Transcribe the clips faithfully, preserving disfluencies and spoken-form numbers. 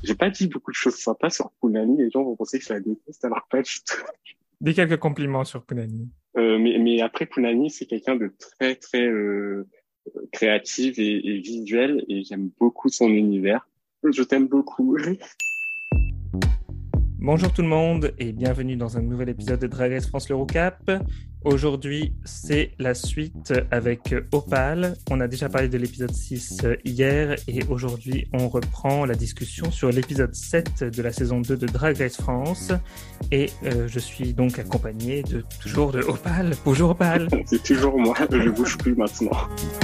J'ai pas dit beaucoup de choses sympas sur Punani. Les gens vont penser que je la déteste, alors pas du tout. Dis quelques compliments sur Punani. Euh, mais, mais après, Punani, c'est quelqu'un de très, très euh, créatif et, et visuel, et j'aime beaucoup son univers. Je t'aime beaucoup. Bonjour tout le monde et bienvenue dans un nouvel épisode de Drag Race France l'Eurocap. Aujourd'hui, c'est la suite avec Opal. On a déjà parlé de l'épisode six hier et aujourd'hui, on reprend la discussion sur l'épisode sept de la saison deux de Drag Race France. Et euh, je suis donc accompagné de toujours de Opal. Bonjour Opal. C'est toujours moi, je bouge plus maintenant.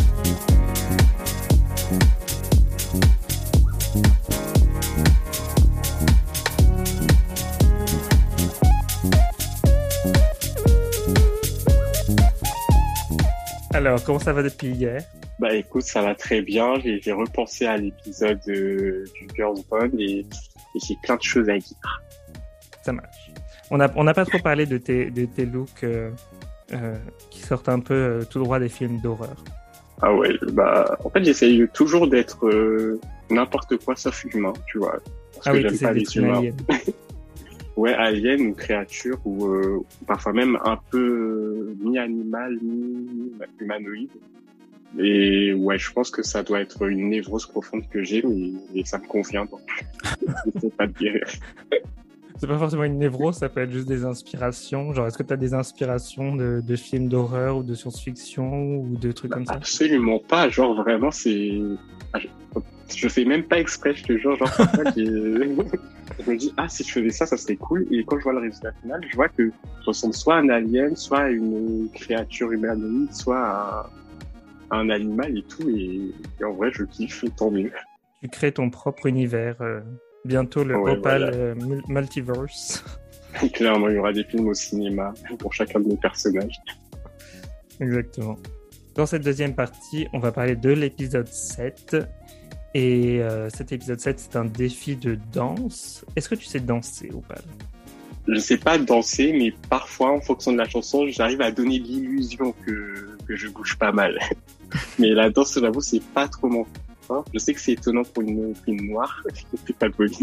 Alors, comment ça va depuis hier? Bah écoute, ça va très bien. J'ai, j'ai repensé à l'épisode euh, du Girls Bond et, et j'ai plein de choses à dire. Ça marche. On n'a on n'a pas trop parlé de tes, de tes looks euh, euh, qui sortent un peu euh, tout droit des films d'horreur. Ah ouais, bah en fait j'essaye toujours d'être euh, n'importe quoi sauf humain, tu vois. Parce Ah que oui, j'aime tu sais pas les d'être une humains. alien. Ouais, alien ou créature ou euh, parfois même un peu euh, mi-animal, mi-humanoïde. Et ouais, je pense que ça doit être une névrose profonde que j'ai, mais, mais ça me convient, donc j'essaie pas de guérir. C'est pas forcément une névrose, ça peut être juste des inspirations. Genre, est-ce que tu as des inspirations de, de films d'horreur ou de science-fiction ou de trucs Bah, comme ça? absolument pas, genre vraiment c'est... Ah, je... je fais même pas exprès, je te jure, genre parfois j'ai... je me dis, ah si je faisais ça, ça serait cool, et quand je vois le résultat final, je vois que je ressemble soit à un alien, soit à une créature humanoïde, soit à un animal et tout, et, et en vrai je kiffe, tant mieux. Tu crées ton propre univers. euh, bientôt le Ouais, Opal voilà. euh, mul- Multiverse. Clairement, il y aura des films au cinéma pour chacun de mes personnages. Exactement. Dans cette deuxième partie, on va parler de l'épisode sept. Et euh, cet épisode sept, c'est un défi de danse. Est-ce que tu sais danser, Opal? Je sais pas danser, mais parfois, en fonction de la chanson, j'arrive à donner l'illusion que, que je bouge pas mal. Mais la danse, j'avoue, c'est pas trop mon fort. Je sais que c'est étonnant pour une une noire. C'est pas poli.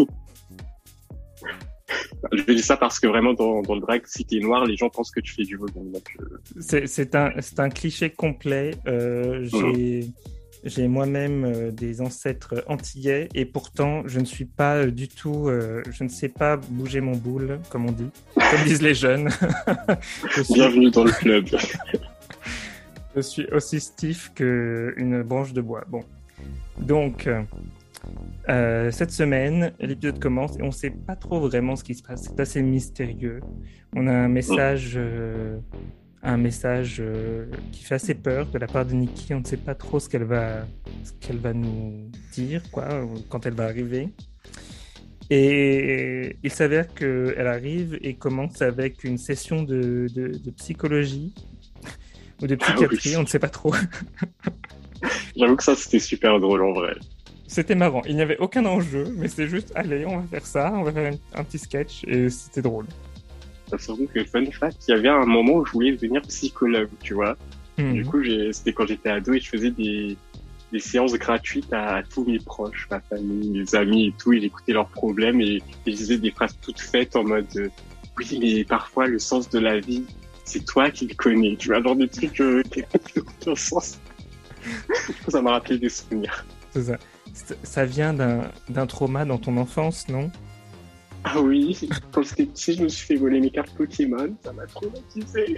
Je vais dire ça parce que vraiment, dans, dans le drag, si t'es noir, les gens pensent que tu fais du voguing. Donc, euh, C'est, c'est un, c'est un cliché complet. Euh, hum. j'ai, j'ai moi-même euh, des ancêtres antillais et pourtant, je ne suis pas euh, du tout... euh, je ne sais pas bouger mon boule, comme on dit, comme disent les jeunes. je, suis, Bienvenue dans le club. je suis aussi stiff qu'une branche de bois. Bon. Donc... euh, Euh, cette semaine, l'épisode commence et on ne sait pas trop vraiment ce qui se passe. C'est assez mystérieux. On a un message, euh, un message euh, qui fait assez peur de la part de Nikki. On ne sait pas trop ce qu'elle va, ce qu'elle va nous dire, quoi, quand elle va arriver. Et il s'avère qu'elle arrive et commence avec une session de, de, de psychologie ou de Ah oui. psychiatrie. On ne sait pas trop. J'avoue que ça, c'était super drôle en vrai. C'était marrant. Il n'y avait aucun enjeu, mais c'est juste, allez, on va faire ça, on va faire un, un petit sketch, et c'était drôle. Surtout que, fun fact, il y avait un moment où je voulais devenir psychologue, tu vois. Du Mhm. coup, j'ai, c'était quand j'étais ado et je faisais des, des séances gratuites à, à tous mes proches, ma famille, mes amis et tout, et j'écoutais leurs problèmes et, et je disais des phrases toutes faites en mode euh, oui, mais parfois le sens de la vie, c'est toi qui le connais, tu vois, genre des trucs euh, qui n'ont aucun sens. Ça m'a rappelé des souvenirs. C'est ça. C'est- Ça vient d'un d'un trauma dans ton enfance, non? Ah oui, quand j'étais petit, je me suis fait voler mes cartes Pokémon, ça m'a traumatisé.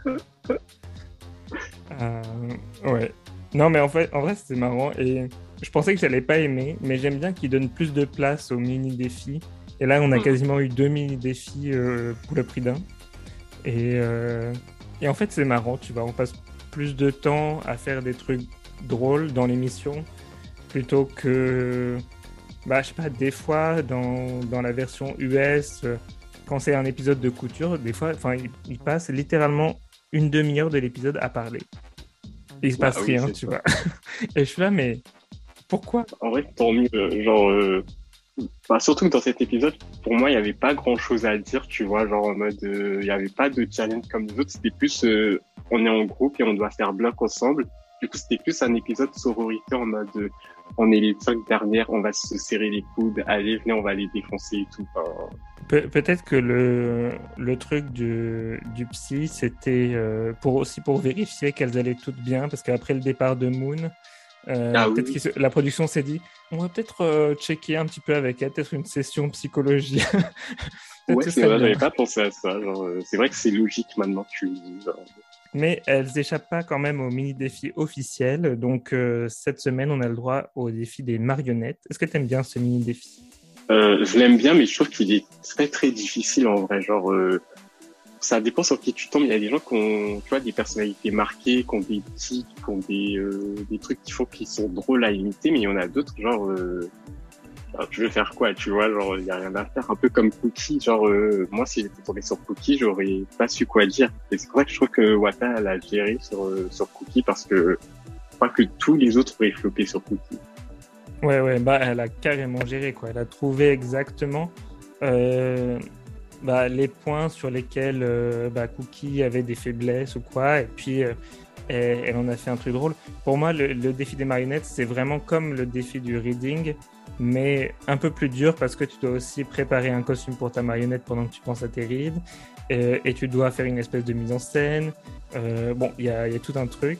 Euh, ouais. Non, mais en fait, en vrai, c'était marrant, et je pensais que j'allais pas aimer, mais j'aime bien qu'ils donnent plus de place aux mini-défis. Et là, on a quasiment eu deux mini-défis euh, pour le prix d'un. Et, euh, et en fait, c'est marrant, tu vois, on passe plus de temps à faire des trucs drôles dans l'émission plutôt que, bah, je sais pas, des fois, dans, dans la version U S, euh, quand c'est un épisode de couture, des fois, enfin, il, il passe littéralement une demi-heure de l'épisode à parler. Et il se Bah passe oui, rien, c'est tu ça. vois. Et je suis là, mais pourquoi? En vrai, tant mieux. euh, Genre, euh, bah, surtout que dans cet épisode, pour moi, il n'y avait pas grand-chose à dire, tu vois. Genre, en mode, euh, il n'y avait pas de challenge comme les autres. C'était plus, euh, on est en groupe et on doit faire bloc ensemble. Du coup, c'était plus un épisode sororité en mode, euh, on est les cinq dernières, on va se serrer les coudes, allez, venez, on va les défoncer et tout. Enfin, Pe- peut-être que le, le truc du, du psy, c'était euh, pour, aussi pour vérifier qu'elles allaient toutes bien, parce qu'après le départ de Moon, euh, ah peut-être oui, que la production s'est dit, on va peut-être euh, checker un petit peu avec elle, peut-être une session psychologie. Peut-être ouais, ce c'est serait vrai, bien. j'avais pas pensé à ça. Genre, euh, c'est vrai que c'est logique maintenant que tu le dis. Genre. Mais elles échappent pas quand même au mini-défi officiel. Donc, euh, cette semaine, on a le droit au défi des marionnettes. Est-ce que tu aimes bien ce mini-défi? Euh, je l'aime bien, mais je trouve qu'il est très très difficile en vrai. Genre, euh, ça dépend sur qui tu tombes. Il y a des gens qui ont, tu vois, des personnalités marquées, qui ont des tics, qui ont des, euh, des trucs qui font qu'ils sont drôles à imiter, mais il y en a d'autres, genre, euh, alors, tu veux faire quoi, tu vois, genre, il y a rien à faire. Un peu comme Cookie, genre, euh, moi, si j'étais tombé sur Cookie, j'aurais pas su quoi dire. Et c'est vrai que je trouve que Wata, elle a géré sur, euh, sur Cookie parce que je crois que tous les autres auraient floppé sur Cookie. Ouais, ouais, bah, elle a carrément géré, quoi. Elle a trouvé exactement euh, bah, les points sur lesquels euh, bah, Cookie avait des faiblesses ou quoi. Et puis, euh, elle, elle en a fait un truc drôle. Pour moi, le, le défi des marionnettes, c'est vraiment comme le défi du reading, mais un peu plus dur parce que tu dois aussi préparer un costume pour ta marionnette pendant que tu penses à tes rides. Euh, et tu dois faire une espèce de mise en scène. Euh, bon, il y a, y a tout un truc.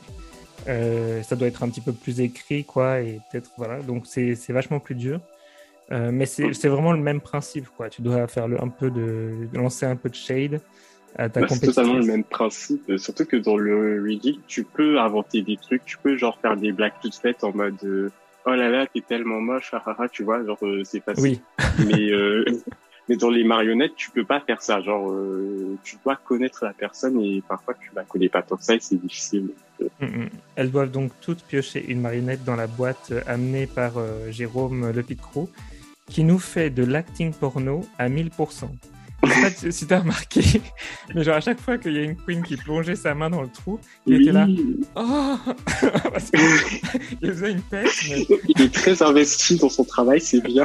Euh, ça doit être un petit peu plus écrit, quoi, et peut-être, voilà. Donc, c'est, c'est vachement plus dur. Euh, mais c'est, c'est vraiment le même principe, quoi. Tu dois faire le, un peu de, de lancer un peu de shade à ta Bah, c'est totalement le compétitrice. même principe, euh, surtout que dans le reading, tu peux inventer des trucs, tu peux genre faire des blagues toutes faites en mode euh, oh là là, t'es tellement moche, ah, ah, ah, tu vois, genre euh, c'est facile. Oui. Mais euh, mais dans les marionnettes, tu peux pas faire ça, genre euh, tu dois connaître la personne et parfois tu la connais pas tant que ça et c'est difficile. Mm, mm. Elles doivent donc toutes piocher une marionnette dans la boîte euh, amenée par euh, Jérôme Le Picrou, qui nous fait de l'acting porno à mille pour cent. Je sais pas si si t'as remarqué, mais genre à chaque fois qu'il y a une queen qui plongeait sa main dans le trou, il était là. Oui, Oh Parce qu'il il faisait une tête, mais il est très investi dans son travail, c'est bien.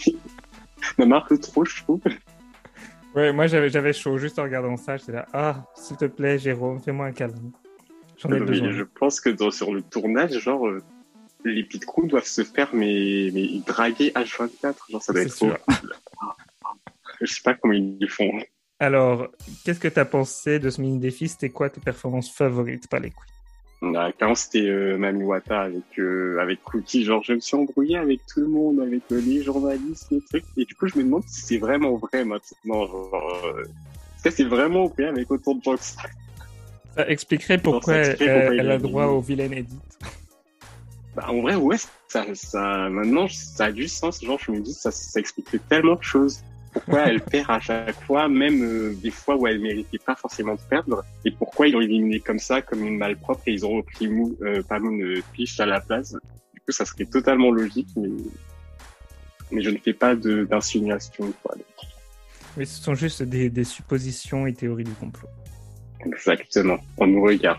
Même un peu trop, je trouve. ouais, moi j'avais, j'avais chaud juste en regardant ça. J'étais là, ah, s'il te plaît, Jérôme, fais-moi un câlin. J'en ai Mais besoin. je pense que dans, sur le tournage, genre, euh, les pit crew doivent se faire, mais, mais draguer H vingt-quatre. Genre, ça doit C'est être sûr. horrible. Je sais pas comment ils le font. Alors, qu'est-ce que t'as pensé de ce mini-défi? C'était quoi tes performances favorites par les couilles? Là, quand c'était euh, Mami Wata avec, euh, avec Cookie, genre, je me suis embrouillé avec tout le monde, avec euh, les journalistes, les trucs. Et du coup, je me demande si c'est vraiment vrai maintenant. Genre, euh, est-ce que c'est vraiment vrai avec autant de gens que ça? Ça expliquerait Genre, pourquoi ça elle, expliquerait pourquoi il elle a a droit gagné. au vilain edit. Bah, en vrai, ouais, ça, ça, maintenant, ça a du sens. Genre, je me dis, ça, ça expliquerait tellement de choses. Pourquoi elle perd à chaque fois, même euh, des fois où elle méritait pas forcément de perdre, et pourquoi ils l'ont éliminé comme ça, comme une malpropre, et ils ont repris Mou, euh, pas Moon, euh, Peach à la place. Du coup, ça serait totalement logique, mais, mais je ne fais pas de, d'insinuation, quoi. Mais ce sont juste des, des suppositions et théories du complot. Exactement. On nous regarde.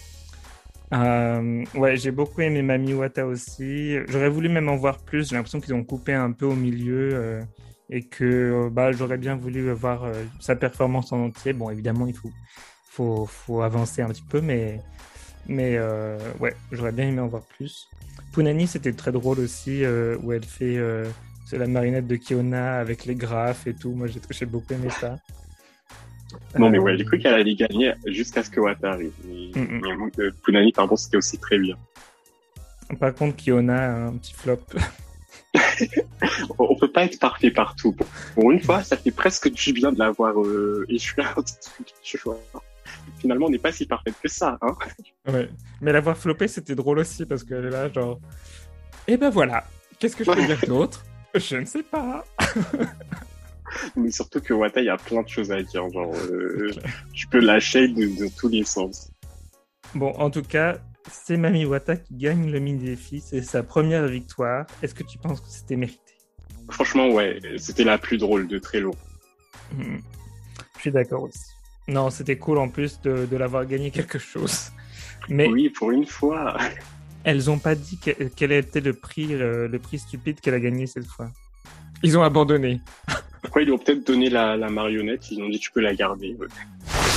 Euh, ouais, j'ai beaucoup aimé Mami Wata aussi. J'aurais voulu même en voir plus. J'ai l'impression qu'ils ont coupé un peu au milieu euh, et que euh, bah, j'aurais bien voulu voir euh, sa performance en entier. Bon, évidemment, il faut, faut, faut avancer un petit peu, mais, mais euh, ouais, j'aurais bien aimé en voir plus. Punani, c'était très drôle aussi, euh, où elle fait euh, c'est la marionnette de Kiona avec les graphes et tout. Moi, j'ai, j'ai beaucoup aimé ça. Non, mais Euh, ouais, j'ai cru qu'elle allait gagner jusqu'à ce que Wata arrive. Mais, Mm, mm. mais euh, Punani, pardon, c'était aussi très bien. Par contre, Kiona a un petit flop. On peut pas être parfait partout. Pour une fois, ça fait presque du bien de l'avoir euh, échoué à un truc, tu vois. Finalement, on n'est pas si parfaite que ça, hein. Ouais. Mais l'avoir floppé, c'était drôle aussi parce qu'elle est là, genre. Et ben voilà, qu'est-ce que je peux dire d'autre? Je ne sais pas. Mais surtout que Wata, il y a plein de choses à dire. Genre, euh, tu peux lâcher de, de tous les sens. Bon, en tout cas, c'est Mami Wata qui gagne le mini-défi. C'est sa première victoire. Est-ce que tu penses que c'était mérité? Franchement, ouais, c'était la plus drôle de très loin. Hmm. Je suis d'accord aussi. Non, c'était cool en plus de, de l'avoir gagné quelque chose. Mais Oui, pour une fois. elles n'ont pas dit que- quel était le prix, euh, le prix stupide qu'elle a gagné cette fois. Ils ont abandonné. Après, ils lui ont peut-être donné la, la marionnette. Ils ont dit, tu peux la garder. Ouais.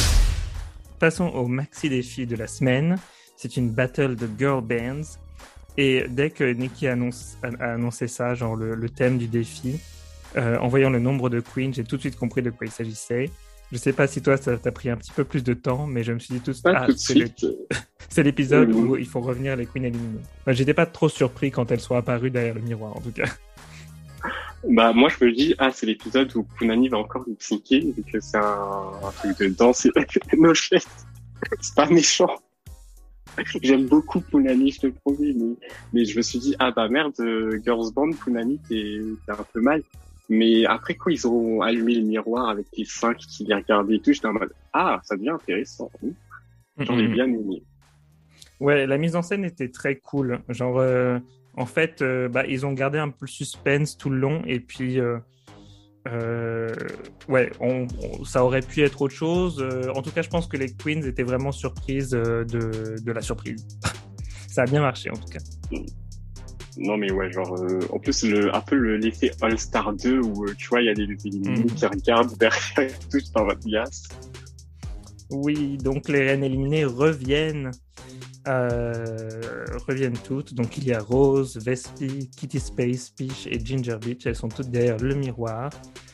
Passons au maxi défi de la semaine. C'est une battle de girl bands. Et dès que Nikki annonce, a, a annoncé ça, genre le, le thème du défi, euh, en voyant le nombre de queens, j'ai tout de suite compris de quoi il s'agissait. Je sais pas si toi, ça t'a pris un petit peu plus de temps, mais je me suis dit tout de suite, Pas ah, tout de c'est, le, suite. c'est l'épisode Euh, où il faut revenir les queens éliminées. Enfin, j'étais pas trop surpris quand elles sont apparues derrière le miroir, en tout cas. Bah, moi, je me dis, ah, c'est l'épisode où Punani va encore nous syncer, vu que c'est un, un truc de danse. No shit. C'est pas méchant. J'aime beaucoup Punani, je te promets, mais, mais je me suis dit, ah bah merde, euh, Girls Band, Punani, t'es, t'es un peu mal. Mais après, quand ils ont allumé le miroir avec les cinq qui les regardaient et tout, j'étais en mode, ah, ça devient intéressant. J'en ai bien aimé. Ouais, la mise en scène était très cool. Genre, euh, en fait, euh, bah, ils ont gardé un peu le suspense tout le long, et puis, euh, euh, ouais, on, on- ça aurait pu être autre chose. Euh, en tout cas, je pense que les Queens étaient vraiment surprises euh, de, de la surprise. Ça a bien marché, en tout cas. Non, mais ouais, genre, euh, en plus, le, un peu le, l'effet All-Star deux où, euh, tu vois, il y a des éliminés Mhm. qui regardent derrière et tout, j'étais en mode, yes. Oui, donc les reines éliminées reviennent, euh, reviennent toutes. Donc il y a Rose, Vespi, Kitty Space, Peach et Ginger Beach. Elles sont toutes derrière le miroir.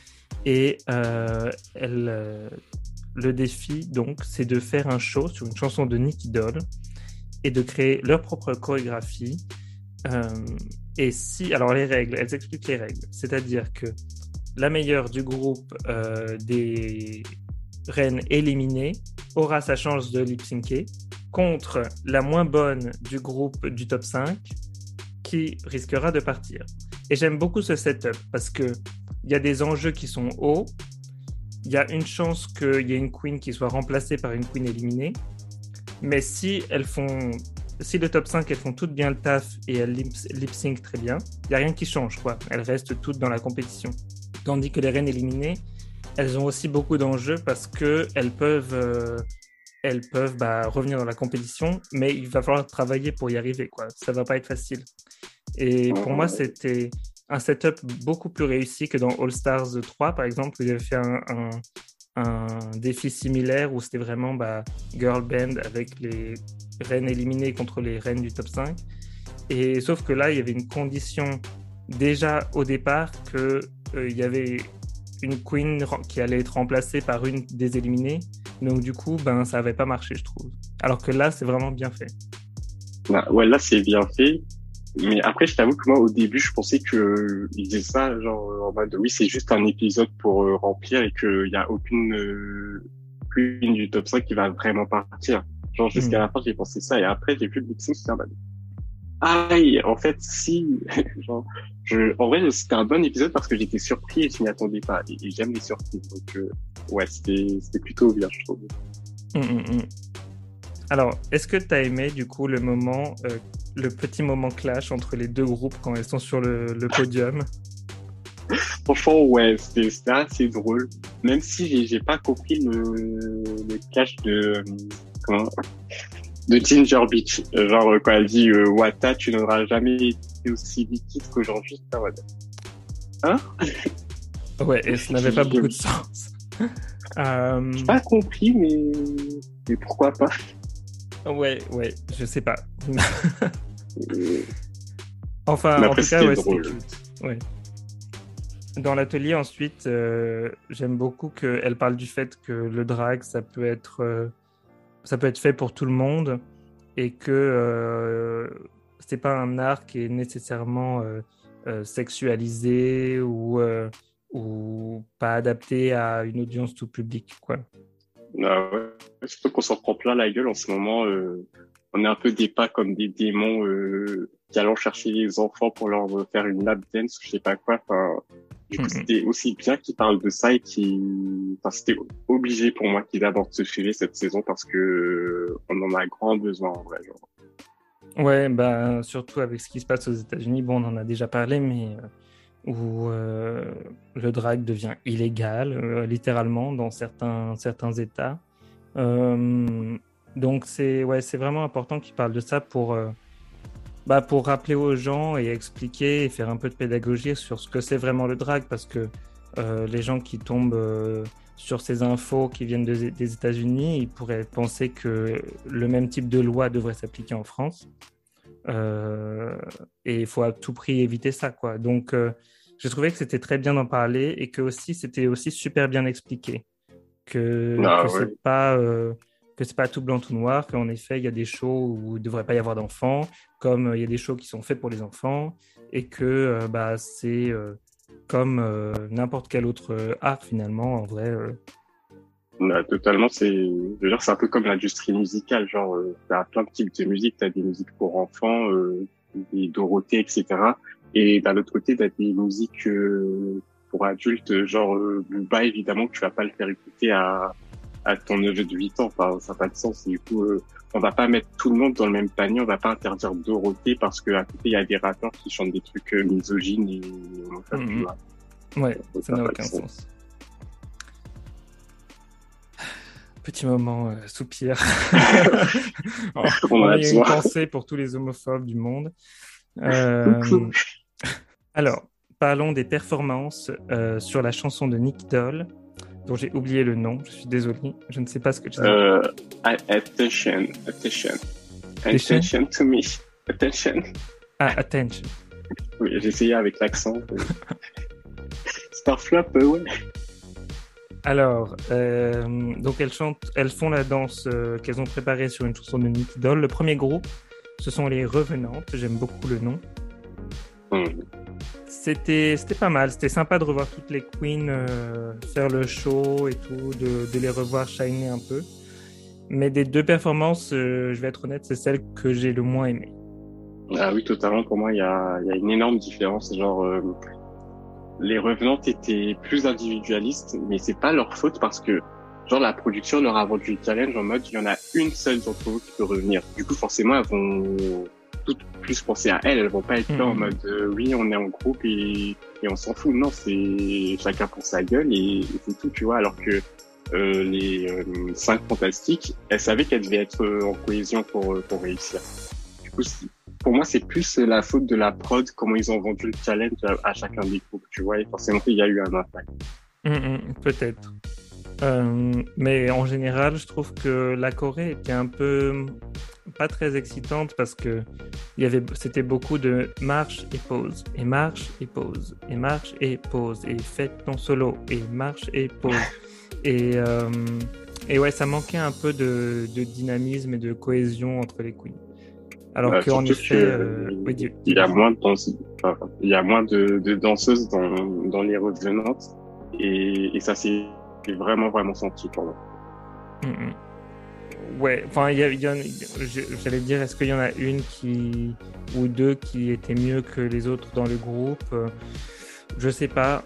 Et euh, elles, euh, le défi, donc, c'est de faire un show sur une chanson de Nicky Doll et de créer leur propre chorégraphie. Euh, et si, alors les règles, elles expliquent les règles. C'est-à-dire que la meilleure du groupe euh, des reine éliminée aura sa chance de lip-syncer contre la moins bonne du groupe du top cinq qui risquera de partir. Et j'aime beaucoup ce setup parce que il y a des enjeux qui sont hauts, il y a une chance qu'il y ait une queen qui soit remplacée par une queen éliminée, mais si elles font si le top cinq elles font toutes bien le taf et elles lip-sync très bien, il n'y a rien qui change, quoi. Elles restent toutes dans la compétition. Tandis que les reines éliminées, elles ont aussi beaucoup d'enjeux parce qu'elles peuvent, euh, elles peuvent bah, revenir dans la compétition, mais il va falloir travailler pour y arriver, quoi. Ça va pas être facile. Et pour moi, c'était un setup beaucoup plus réussi que dans All Stars trois, par exemple, où ils avaient fait un, un, un défi similaire où c'était vraiment bah, girl band avec les reines éliminées contre les reines du top cinq. Et sauf que là, il y avait une condition déjà au départ qu'il euh, y avait une queen qui allait être remplacée par une des éliminées. Donc du coup, ben, ça n'avait pas marché, je trouve. Alors que là, c'est vraiment bien fait. Bah, ouais, là, c'est bien fait. Mais après, je t'avoue que moi, au début, je pensais que ils disaient ça, genre, en mode, oui, c'est juste un épisode pour euh, remplir et qu'il y a aucune euh, queen du top cinq qui va vraiment partir. Genre, jusqu'à Mmh. la fin, j'ai pensé ça. Et après, j'ai vu le lip-sync, j'étais en mode, aïe, en fait, si, genre, je, en vrai, c'était un bon épisode parce que j'étais surpris et je m'y attendais pas. Et, et j'aime les surprises. Donc, euh, ouais, c'était, c'était plutôt bien, je trouve. Mmh, mmh, mmh. Alors, est-ce que tu as aimé, du coup, le moment, euh, le petit moment clash entre les deux groupes quand elles sont sur le, le podium? Franchement, ouais, c'était, c'était assez drôle. Même si j'ai, j'ai pas compris le, le clash de, euh, comment, de Ginger Beach. Euh, Genre, euh, quand elle dit, euh, Wata, tu n'auras jamais été aussi liquide qu'aujourd'hui. Putain, ouais. Hein? Ouais, et ça n'avait pas beaucoup de J'ai sens. Euh, j'ai pas compris, mais, mais pourquoi pas? ouais, ouais, je sais pas. Euh, Enfin, Mais en après, tout cas, c'était ouais, c'était drôle. cute. Ouais. Dans l'atelier, ensuite, euh, j'aime beaucoup qu'elle parle du fait que le drag, ça peut être, euh, ça peut être fait pour tout le monde et que euh, c'est pas un art qui est nécessairement euh, euh, sexualisé ou, euh, ou pas adapté à une audience tout public, quoi. Ah ouais. Surtout qu'on s'en prend plein la gueule en ce moment. Euh, on est un peu des pas comme des démons euh, qui allons chercher les enfants pour leur faire une lap dance ou je sais pas quoi. Enfin, du coup, Mhm. c'était aussi bien qu'ils parlent de ça et qui, enfin, c'était obligé pour moi qu'ils abordent ce sujet cette saison parce que euh, on en a grand besoin en vrai. Genre. Ouais, bah, surtout avec ce qui se passe aux États-Unis, bon, on en a déjà parlé, mais euh, où euh, le drag devient illégal, euh, littéralement, dans certains, certains États. Euh, donc, c'est ouais, c'est vraiment important qu'ils parlent de ça pour, euh, bah, pour rappeler aux gens et expliquer et faire un peu de pédagogie sur ce que c'est vraiment le drag, parce que euh, les gens qui tombent euh, sur ces infos qui viennent de- des États-Unis, ils pourraient penser que le même type de loi devrait s'appliquer en France. Euh, et il faut à tout prix éviter ça, quoi. Donc, euh, j'ai trouvé que c'était très bien d'en parler et que aussi c'était aussi super bien expliqué. Que, que Ah ouais. c'est pas euh, que c'est pas tout blanc tout noir, qu'en effet il y a des shows où il ne devrait pas y avoir d'enfants, comme euh, il y a des shows qui sont faits pour les enfants, et que euh, bah, c'est euh, comme euh, n'importe quel autre euh, art finalement, en vrai. euh. Bah, totalement, c'est, je veux dire, c'est un peu comme l'industrie musicale, genre, euh, t'as plein de types de musique, t'as des musiques pour enfants, euh, des Dorothée, et cetera. Et d'un autre côté, t'as des musiques euh, pour adultes, genre euh, Booba, évidemment, que tu vas pas le faire écouter à, à ton neveu de huit ans, enfin, ça n'a pas de sens. Du coup, euh, on va pas mettre tout le monde dans le même panier, on va pas interdire Dorothée parce qu'à côté, il y a des rappeurs qui chantent des trucs euh, misogynes et homophobes, tu Mhm. vois. Ouais, Donc, ça ça n'a n'a pas de aucun sens. sens. Petit moment euh, soupir. Oh, On en on a a eu une besoin. pensée pour tous les homophobes du monde. Euh, alors, parlons des performances euh, sur la chanson de Nick Doll, dont j'ai oublié le nom. Je suis désolé, je ne sais pas ce que je dis. Euh, attention, attention, Attention? attention to me, attention. Ah, Attention. Oui, j'ai essayé avec l'accent. euh. Starflop, euh, ouais. Alors, euh, donc elles chantent, elles font la danse euh, qu'elles ont préparée sur une chanson de Nick Doll. Le premier groupe, ce sont les Revenantes. J'aime beaucoup le nom. Hum. C'était, c'était pas mal. C'était sympa de revoir toutes les queens euh, faire le show et tout, de, de les revoir shiner un peu. Mais des deux performances, euh, je vais être honnête, c'est celle que j'ai le moins aimée. Ah oui, totalement. Pour moi, il y a, il y a une énorme différence. Genre, euh, les revenantes étaient plus individualistes, mais c'est pas leur faute parce que, genre, la production leur a vendu le challenge en mode, il y en a une seule d'entre vous qui peut revenir. Du coup, forcément, elles vont toutes plus penser à elles. Elles vont pas être là en Mm-hmm. mode, euh, oui, on est en groupe et, et on s'en fout. Non, c'est chacun pour sa gueule et, et c'est tout, tu vois. Alors que euh, les euh, cinq fantastiques, elles savaient qu'elles devaient être euh, en cohésion pour, euh, pour réussir. Du coup, c'est- pour moi, c'est plus la faute de la prod, comment ils ont vendu le challenge à, à chacun des groupes, tu vois. Et forcément, il y a eu un impact. Mm-mm, peut-être. Euh, mais en général, je trouve que la Corée était un peu pas très excitante parce que il y avait, c'était beaucoup de marche et pause, et marche et pause, et marche et pause, et faites ton solo, et marche et pause. Et, euh, et ouais, ça manquait un peu de, de dynamisme et de cohésion entre les queens. Alors Euh, qu'en surtout effet, que euh... oui, dis, il y a dis-moi. moins de danse- enfin, il y a moins de, de danseuses dans, dans les revenantes et, et ça s'est vraiment vraiment senti pour moi. Mm-mm. Ouais, enfin, il y a, il y en- je- j'allais dire, est-ce qu'il y en a une qui ou deux qui étaient mieux que les autres dans le groupe? Euh, Je sais pas.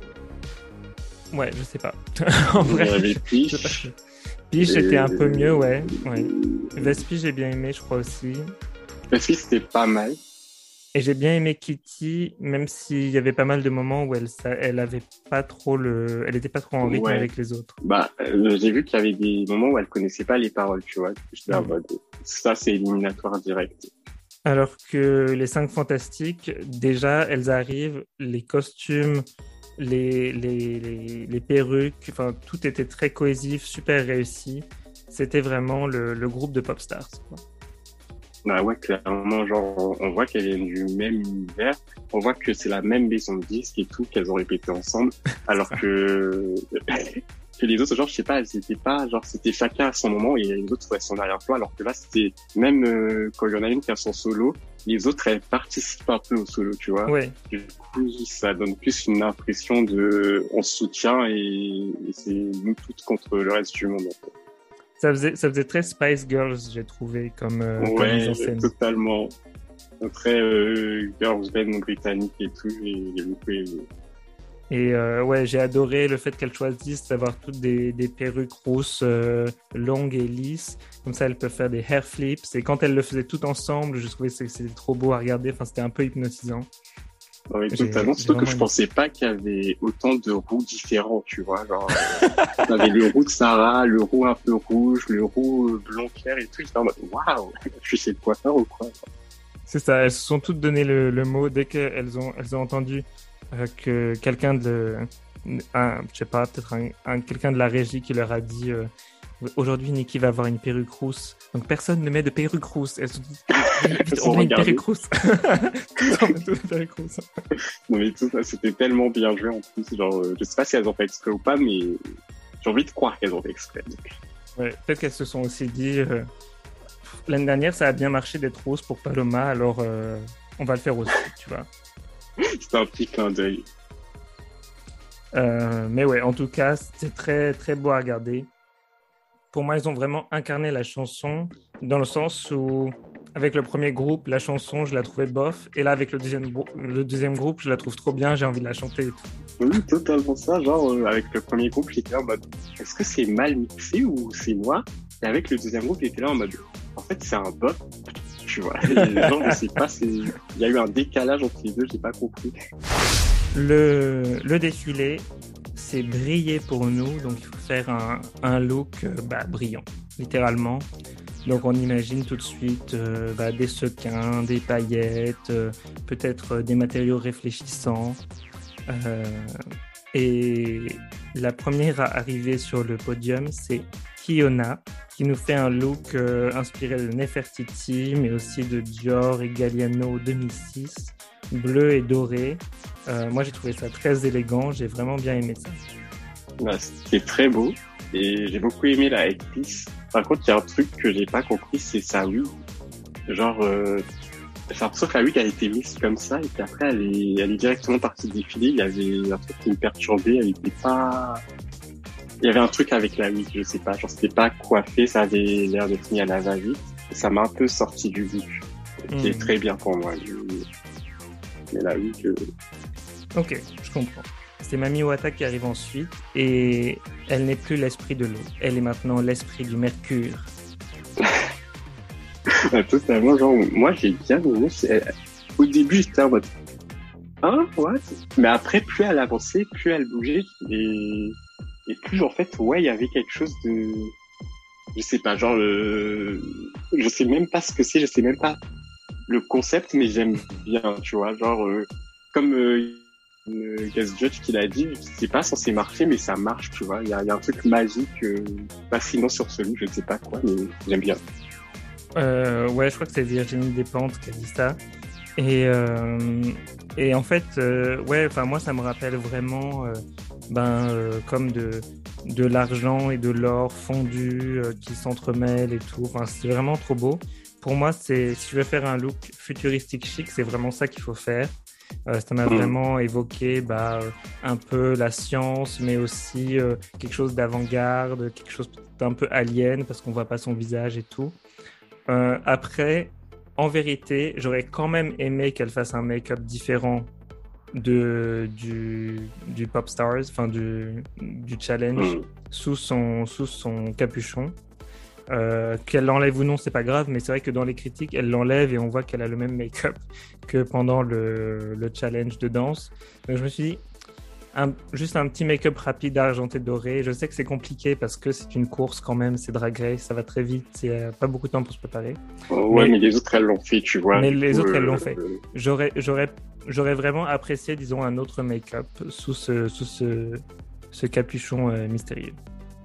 Ouais, je sais pas. En Il vrai, y avait je sais pas. Peach Peach était et un peu mieux, ouais. Ouais. Vespi, j'ai bien aimé, je crois aussi. parce que c'était pas mal. Et j'ai bien aimé Kitty, même s'il y avait pas mal de moments où elle, ça, elle avait pas trop le, elle était pas trop en rythme Ouais. avec les autres. Bah, euh, j'ai vu qu'il y avait des moments où elle connaissait pas les paroles, tu vois. Je suis en Mm. mode, ça c'est éliminatoire direct. Alors que les cinq fantastiques, déjà, elles arrivent, les costumes, les, les, les, les perruques, enfin, tout était très cohésif, super réussi. C'était vraiment le, le groupe de pop stars, quoi. Bah ouais, clairement, genre, on voit qu'elles viennent du même univers, on voit que c'est la même maison de disques et tout, qu'elles ont répété ensemble, alors que, que les autres, genre, je sais pas, elles étaient pas, genre, c'était chacun à son moment et les autres, ouais, son arrière-plan, alors que là, c'était, même euh, quand il y en a une qui a son solo, les autres, elles participent un peu au solo, tu vois. Ouais, Du coup, ça donne plus une impression de, on se soutient et, et c'est nous toutes contre le reste du monde, en fait. ça faisait, ça faisait très Spice Girls, j'ai trouvé, comme, euh, comme mise en Ouais, scène. totalement. Très euh, girls band britannique et tout, et j'ai beaucoup aimé. Et euh, ouais, j'ai adoré le fait qu'elles choisissent d'avoir toutes des, des perruques rousses euh, longues et lisses. Comme ça, elles peuvent faire des hair flips. Et quand elles le faisaient toutes ensemble, je trouvais que c'était trop beau à regarder. Enfin, c'était un peu hypnotisant. Ouais, J'ai, totalement. j'ai Surtout que vraiment je aimé. pensais pas qu'il y avait autant de roux différents, tu vois. Genre, euh, t'avais le roux de Sarah, le roux un peu rouge, le roux euh, blond clair et tout. J'étais en mode, waouh, je sais de quoi faire ou quoi. C'est ça, elles se sont toutes donné le, le mot dès qu'elles ont, elles ont entendu euh, que quelqu'un de, un, je sais pas, peut-être un, un- quelqu'un de la régie qui leur a dit euh, aujourd'hui Nikki va avoir une perruque rousse. Donc personne ne met de perruque rousse. Elles se disent, vite, Sans on met une regarder. perruque rousse. Tout le temps, on met une perruque rousse. Non, mais tout ça, c'était tellement bien joué en plus. Genre, euh, je sais pas si elles ont fait exprès ou pas, mais j'ai envie de croire qu'elles ont fait exprès. Donc. Ouais, peut-être qu'elles se sont aussi dit, euh, l'année dernière, ça a bien marché d'être rose pour Paloma, alors euh, on va le faire aussi, tu vois. C'était un petit clin d'œil. Euh, mais ouais, en tout cas, c'est très, très beau à regarder. Pour moi, ils ont vraiment incarné la chanson dans le sens où, avec le premier groupe, la chanson, je la trouvais bof. Et là, avec le deuxième, gro- le deuxième groupe, je la trouve trop bien, j'ai envie de la chanter et tout. Oui, totalement ça. Genre, euh, avec le premier groupe, j'étais là en mode, est-ce que c'est mal mixé ou c'est moi? Et avec le deuxième groupe, j'étais là en mode, en fait, c'est un bop. Tu vois, les gens, je sais pas, c'est, il y a eu un décalage entre les deux, j'ai pas compris. Le, le défilé, c'est brillé pour nous, donc il faut faire un, un look euh, bah, brillant, littéralement. Donc on imagine tout de suite euh, bah, des sequins, des paillettes, euh, peut-être euh, des matériaux réfléchissants. Euh, et la première à arriver sur le podium, c'est Kiona, qui nous fait un look euh, inspiré de Nefertiti, mais aussi de Dior et Galliano deux mille six, bleu et doré. Euh, moi, j'ai trouvé ça très élégant, j'ai vraiment bien aimé ça. Bah, c'était très beau et j'ai beaucoup aimé la headpiece. Par contre, il y a un truc que j'ai pas compris, c'est sa wig. Genre, euh, j'ai l'impression que la wig a été mise comme ça et puis après elle est, elle est directement partie défiler. Il y avait un truc qui me perturbait, elle était pas... Il y avait un truc avec la wig, je sais pas, genre c'était pas coiffé, ça avait l'air de finir à la va-vite. Ça m'a un peu sorti du goût, qui est Mm. très bien pour moi. Mais la wig... Euh... Ok, je comprends. C'est Mami Wata qui arrive ensuite et elle n'est plus l'esprit de l'eau. Elle est maintenant l'esprit du mercure. Totalement, genre, moi j'ai bien aimé. c'est- Au début, j'étais en mode, hein, what? Mais après, plus elle avançait, plus elle bougeait, et, et plus en fait, ouais, il y avait quelque chose de, je sais pas, genre, euh... je sais même pas ce que c'est, je sais même pas le concept, mais j'aime bien, tu vois, genre, euh, comme euh, une guest judge qui l'a dit, c'est pas censé marcher, mais ça marche, tu vois. Il y a, il y a un truc magique, euh, fascinant sur ce look, je sais pas quoi, mais j'aime bien. Euh, ouais, je crois que c'est Virginie Despentes qui a dit ça. Et, euh, et en fait, euh, ouais, enfin moi ça me rappelle vraiment, euh, ben euh, comme de de l'argent et de l'or fondu euh, qui s'entremêlent et tout. Enfin, c'est vraiment trop beau. Pour moi, c'est si tu veux faire un look futuristique chic, c'est vraiment ça qu'il faut faire. Euh, ça m'a Mm. vraiment évoqué bah, euh, un peu la science, mais aussi euh, quelque chose d'avant-garde, quelque chose d'un peu alien parce qu'on voit pas son visage et tout. Euh, après, en vérité, j'aurais quand même aimé qu'elle fasse un make-up différent de, du, du Pop Stars, enfin du, du challenge, Mm. sous son, sous son capuchon. Euh, qu'elle l'enlève ou non, c'est pas grave, mais c'est vrai que dans les critiques, elle l'enlève et on voit qu'elle a le même make-up que pendant le, le challenge de danse. Donc je me suis dit, un, juste un petit make-up rapide argenté doré. Je sais que c'est compliqué parce que c'est une course quand même, c'est Drag Race, ça va très vite, il n'y a pas beaucoup de temps pour se préparer. Oh, ouais, Mais- mais les autres, elles l'ont fait, tu vois. Mais du les coup, autres, elles euh, l'ont fait. euh, J'aurais, j'aurais, j'aurais vraiment apprécié, disons, un autre make-up sous ce, sous ce, ce capuchon euh, mystérieux.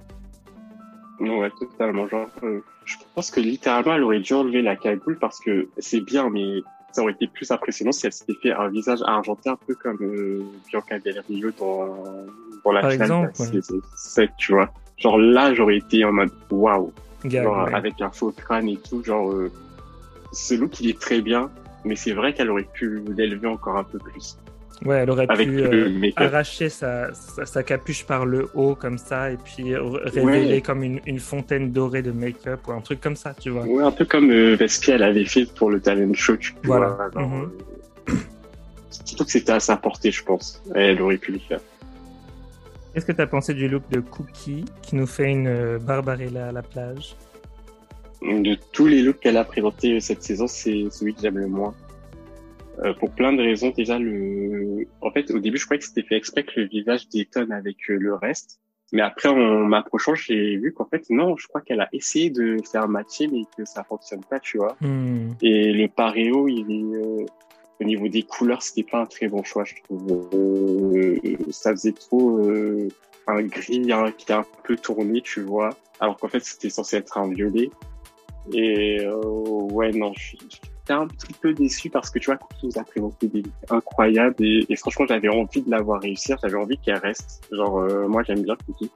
Non, ouais, totalement. Genre, euh, je pense que littéralement, elle aurait dû enlever la cagoule parce que c'est bien, mais ça aurait été plus impressionnant si elle s'était fait un visage argenté un peu comme euh, Bianca Del Rio dans, dans la Par finale exemple, de la ouais. saison sept, tu vois. Genre là, j'aurais été en mode waouh. Gag, Genre ouais. avec un faux crâne et tout, genre euh, ce look il est très bien, mais c'est vrai qu'elle aurait pu l'élever encore un peu plus. Ouais, elle aurait Avec pu le euh, make-up. arracher sa, sa, sa capuche par le haut comme ça et puis r- révéler Ouais. comme une, une fontaine dorée de make-up ou un truc comme ça, tu vois. Ouais, un peu comme euh, Vespi elle avait fait pour le talent show, tu Voilà. vois. Genre, Mhm. euh, surtout que c'était à sa portée, je pense. Elle aurait pu le faire. Qu'est-ce que tu as pensé du look de Cookie qui nous fait une euh, Barbarella à la plage? De tous les looks qu'elle a présentés cette saison, c'est celui que j'aime le moins. Euh, pour plein de raisons. Déjà, le, en fait, au début, je croyais que c'était fait exprès que le visage détonne avec euh, le reste. Mais après, en m'approchant, j'ai vu qu'en fait, non, je crois qu'elle a essayé de faire matcher, mais que ça fonctionne pas, tu vois. Hmm. Et le paréo, il est, euh, au niveau des couleurs, c'était pas un très bon choix, je trouve. Euh, ça faisait trop, euh, un gris hein, qui est un peu tourné, tu vois, alors qu'en fait c'était censé être un violet. Et euh, ouais, non, je suis j'étais un petit peu déçu parce que tu vois, Cookie nous a présenté des looks incroyables et, et franchement, j'avais envie de la voir réussir, j'avais envie qu'elle reste. Genre, euh, moi, j'aime bien Cookie.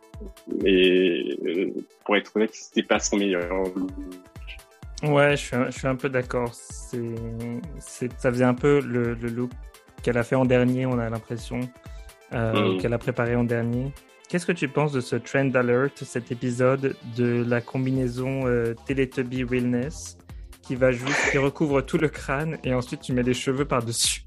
Et euh, pour être honnête, c'était pas son meilleur look. Ouais, je suis un, je suis un peu d'accord. C'est, c'est, ça faisait un peu le, le look qu'elle a fait en dernier, on a l'impression, euh, Mm. qu'elle a préparé en dernier. Qu'est-ce que tu penses de ce Trend Alert, cet épisode de la combinaison euh, Teletubby Realness qui va juste, qui recouvre tout le crâne et ensuite tu mets les cheveux par-dessus?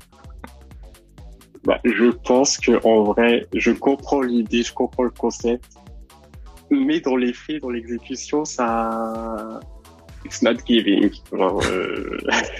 Bah, je pense que en vrai, je comprends l'idée, je comprends le concept, mais dans les faits, dans l'exécution, ça, it's not giving. Genre, euh...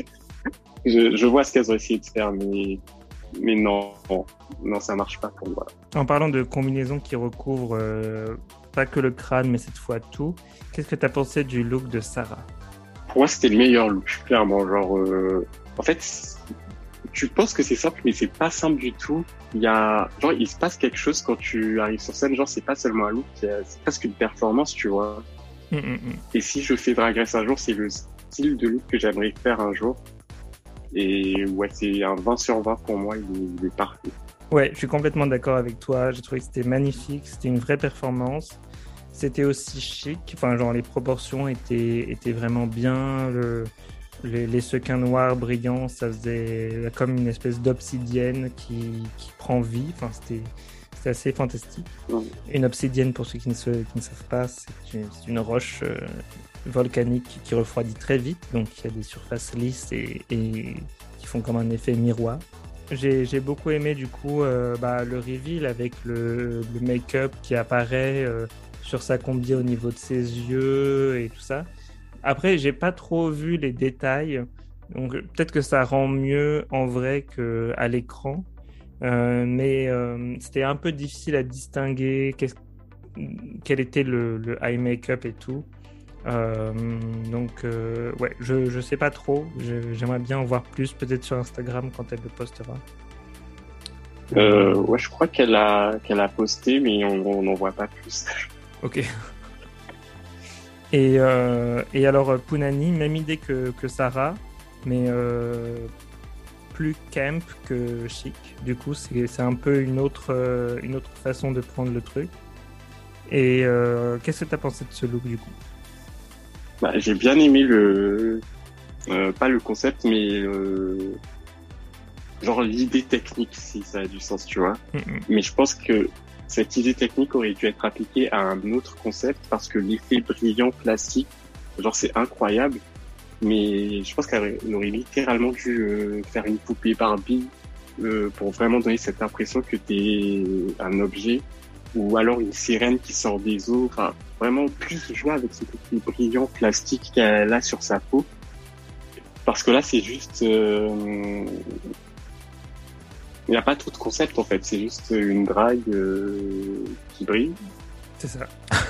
je, je vois ce qu'elles ont essayé de faire, mais mais non, non, non, ça marche pas pour moi. En parlant de combinaison qui recouvre euh, pas que le crâne, mais cette fois tout, qu'est-ce que tu as pensé du look de Sarah? Pour moi, c'était le meilleur look, clairement. Genre, euh... en fait, tu penses que c'est simple, mais c'est pas simple du tout. Il y a, genre, il se passe quelque chose quand tu arrives sur scène. Genre, c'est pas seulement un look, c'est presque une performance, tu vois. Mm, mm, mm. Et si je fais Drag Race un jour, c'est le style de look que j'aimerais faire un jour. Et ouais, c'est un vingt sur vingt pour moi, il est, il est parfait. Ouais, je suis complètement d'accord avec toi. J'ai trouvé que c'était magnifique, c'était une vraie performance. C'était aussi chic, enfin, genre, les proportions étaient, étaient vraiment bien. Le, les, les sequins noirs brillants, ça faisait comme une espèce d'obsidienne qui, qui prend vie. Enfin, c'était, c'était assez fantastique. Ouais. Une obsidienne, pour ceux qui ne, se, qui ne savent pas, c'est une, c'est une roche euh, volcanique qui refroidit très vite. Donc, il y a des surfaces lisses et, et qui font comme un effet miroir. J'ai, j'ai beaucoup aimé du coup euh, bah, le reveal avec le, le make-up qui apparaît euh, sur sa combi au niveau de ses yeux et tout ça. Après, j'ai pas trop vu les détails, donc peut-être que ça rend mieux en vrai qu'à l'écran, euh, mais euh, c'était un peu difficile à distinguer qu'est-ce- quel était le, le eye make-up et tout. Euh, donc euh, ouais, je, je sais pas trop. Je- j'aimerais bien en voir plus, peut-être sur Instagram quand elle le postera. Euh, ouais, je crois qu'elle a, qu'elle a posté, mais on n'en voit pas plus. Ok. Et, euh, et alors, Punani, même idée que, que Sarah, mais euh, plus camp que chic. Du coup, c'est, c'est un peu une autre, euh, une autre façon de prendre le truc. Et euh, qu'est-ce que tu as pensé de ce look, du coup? Bah, j'ai bien aimé le, euh, pas le concept, mais euh, genre l'idée technique, si ça a du sens, tu vois. Mm-mm. Mais je pense que cette idée technique aurait dû être appliquée à un autre concept parce que l'effet brillant classique, genre c'est incroyable. Mais je pense qu'elle aurait littéralement dû euh, faire une poupée Barbie euh, pour vraiment donner cette impression que t'es un objet, ou alors une sirène qui sort des eaux. Enfin, vraiment plus jouer avec ce côté brillant plastique qu'elle a sur sa peau. Parce que là, c'est juste... euh, il n'y a pas trop de concept en fait, c'est juste une drague euh, qui brille. C'est ça.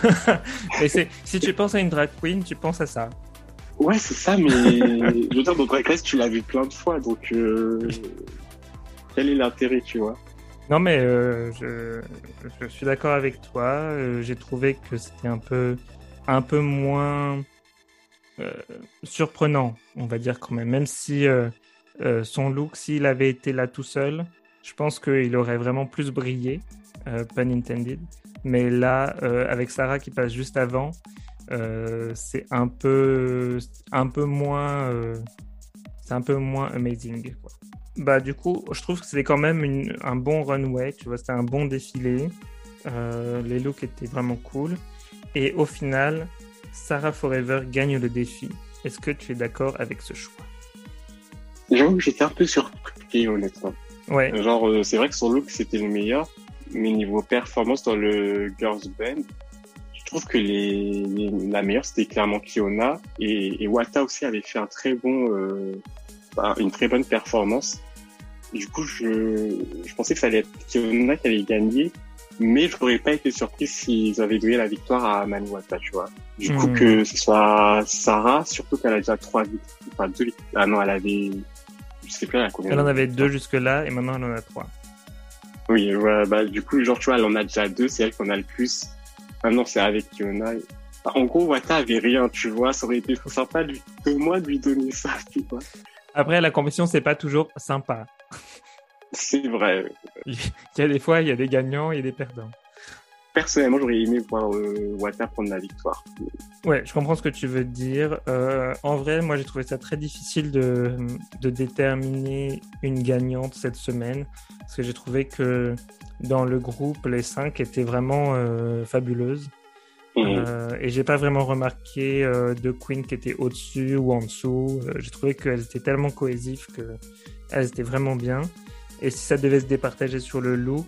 Et c'est, si tu penses à une drag queen, tu penses à ça. Ouais, c'est ça, mais je veux dire, dans Drag Race, tu l'as vu plein de fois, donc euh, quel est l'intérêt, tu vois? Non, mais euh, je, je suis d'accord avec toi. Euh, j'ai trouvé que c'était un peu, un peu moins euh, surprenant, on va dire quand même. Même si euh, euh, son look, s'il avait été là tout seul, je pense qu'il aurait vraiment plus brillé, euh, pun intended. Mais là, euh, avec Sarah qui passe juste avant, euh, c'est un peu, un peu moins, euh, c'est un peu moins amazing, quoi. Bah du coup, je trouve que c'était quand même une, un bon runway, tu vois, c'était un bon défilé. Euh, les looks étaient vraiment cool. Et au final, Sarah Forever gagne le défi. Est-ce que tu es d'accord avec ce choix? J'avoue que j'étais un peu surpris, honnêtement. Ouais. Genre, euh, c'est vrai que son look, c'était le meilleur, mais niveau performance dans le Girls Band, je trouve que les, les- la meilleure, c'était clairement Kiona, et, et Wata aussi avait fait un très bon, euh, enfin, une très bonne performance. Du coup, je, je pensais que ça allait être Kiona qui allait gagner, mais je n'aurais pas été surpris s'ils avaient donné la victoire à Manu Wata, tu vois. Du coup, Hmm. que ce soit Sarah, surtout qu'elle a déjà trois victoires, enfin deux victoires. Ah non, elle avait, je sais plus, elle a combien Elle en de avait deux victoires. jusque-là et maintenant elle en a trois. Oui, ouais, bah, du coup, genre, tu vois, elle en a déjà deux, c'est elle qu'on a le plus. Maintenant, c'est avec Kiona. En gros, Wata avait rien, tu vois, ça aurait été trop sympa de, lui, de moi de lui donner ça, tu vois. Après, la compétition, c'est pas toujours sympa. C'est vrai. Il y a des fois, il y a des gagnants et des perdants. Personnellement, j'aurais aimé voir euh, Wata prendre la victoire. Ouais, je comprends ce que tu veux dire. Euh, en vrai, moi, j'ai trouvé ça très difficile de, de déterminer une gagnante cette semaine, parce que j'ai trouvé que dans le groupe, les cinq étaient vraiment euh, fabuleuses. Mmh. Euh, et j'ai pas vraiment remarqué euh, de Queen qui était au-dessus ou en dessous. Euh, j'ai trouvé qu'elles étaient tellement cohésives qu'elles étaient vraiment bien. Et si ça devait se départager sur le look,